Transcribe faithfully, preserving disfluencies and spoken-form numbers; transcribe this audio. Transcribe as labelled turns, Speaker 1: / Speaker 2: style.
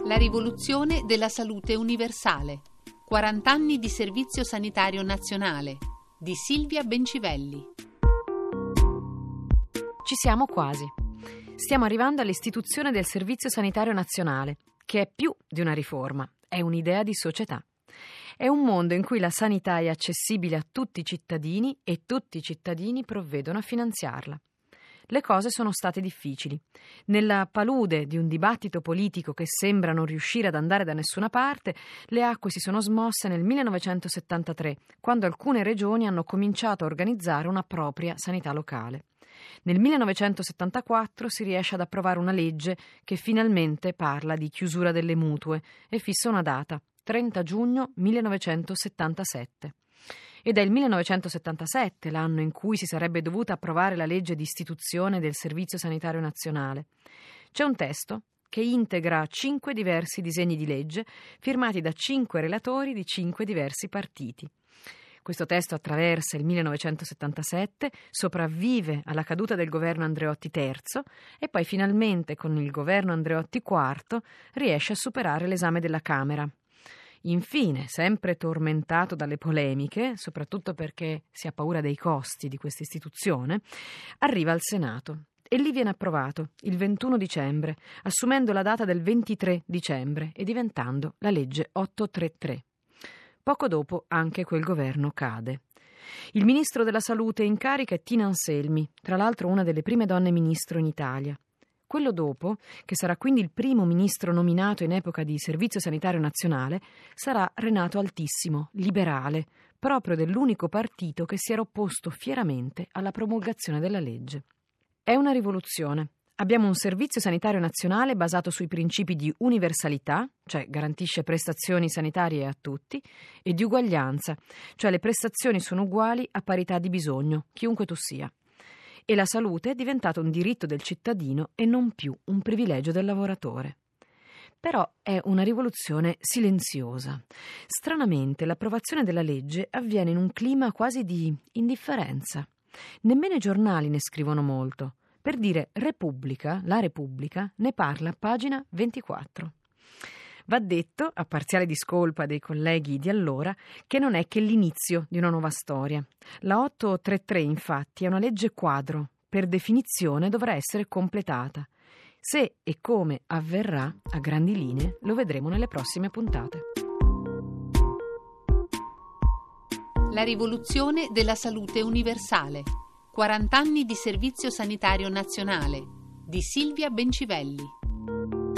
Speaker 1: La rivoluzione della salute universale. quaranta anni di servizio sanitario nazionale di Silvia Bencivelli.
Speaker 2: Ci siamo quasi. Stiamo arrivando all'istituzione del Servizio Sanitario Nazionale, che è più di una riforma, è un'idea di società. È un mondo in cui la sanità è accessibile a tutti i cittadini e tutti i cittadini provvedono a finanziarla. Le cose sono state difficili. Nella palude di un dibattito politico che sembra non riuscire ad andare da nessuna parte, le acque si sono smosse nel millenovecentosettantatré, quando alcune regioni hanno cominciato a organizzare una propria sanità locale. Nel millenovecentosettantaquattro si riesce ad approvare una legge che finalmente parla di chiusura delle mutue e fissa una data, trenta giugno millenovecentosettantasette. Ed è il millenovecentosettantasette l'anno in cui si sarebbe dovuta approvare la legge di istituzione del Servizio Sanitario Nazionale. C'è un testo che integra cinque diversi disegni di legge firmati da cinque relatori di cinque diversi partiti. Questo testo attraversa il millenovecentosettantasette, sopravvive alla caduta del governo Andreotti terzo e poi finalmente con il governo Andreotti quarto riesce a superare l'esame della Camera. Infine, sempre tormentato dalle polemiche, soprattutto perché si ha paura dei costi di questa istituzione, arriva al Senato e lì viene approvato il ventuno dicembre, assumendo la data del ventitré dicembre e diventando la legge ottocentotrentatré. Poco dopo anche quel governo cade. Il ministro della Salute in carica è Tina Anselmi, tra l'altro una delle prime donne ministro in Italia. Quello dopo, che sarà quindi il primo ministro nominato in epoca di Servizio Sanitario Nazionale, sarà Renato Altissimo, liberale, proprio dell'unico partito che si era opposto fieramente alla promulgazione della legge. È una rivoluzione. Abbiamo un Servizio Sanitario Nazionale basato sui principi di universalità, cioè garantisce prestazioni sanitarie a tutti, e di uguaglianza, cioè le prestazioni sono uguali a parità di bisogno, chiunque tu sia. E la salute è diventata un diritto del cittadino e non più un privilegio del lavoratore. Però è una rivoluzione silenziosa. Stranamente l'approvazione della legge avviene in un clima quasi di indifferenza. Nemmeno i giornali ne scrivono molto. Per dire Repubblica, la Repubblica, ne parla a pagina ventiquattro. Va detto, a parziale discolpa dei colleghi di allora, che non è che l'inizio di una nuova storia. La ottocentotrentatré, infatti, è una legge quadro. Per definizione dovrà essere completata. Se e come avverrà, a grandi linee, lo vedremo nelle prossime puntate.
Speaker 1: La rivoluzione della salute universale. quaranta anni di servizio sanitario nazionale di Silvia Bencivelli.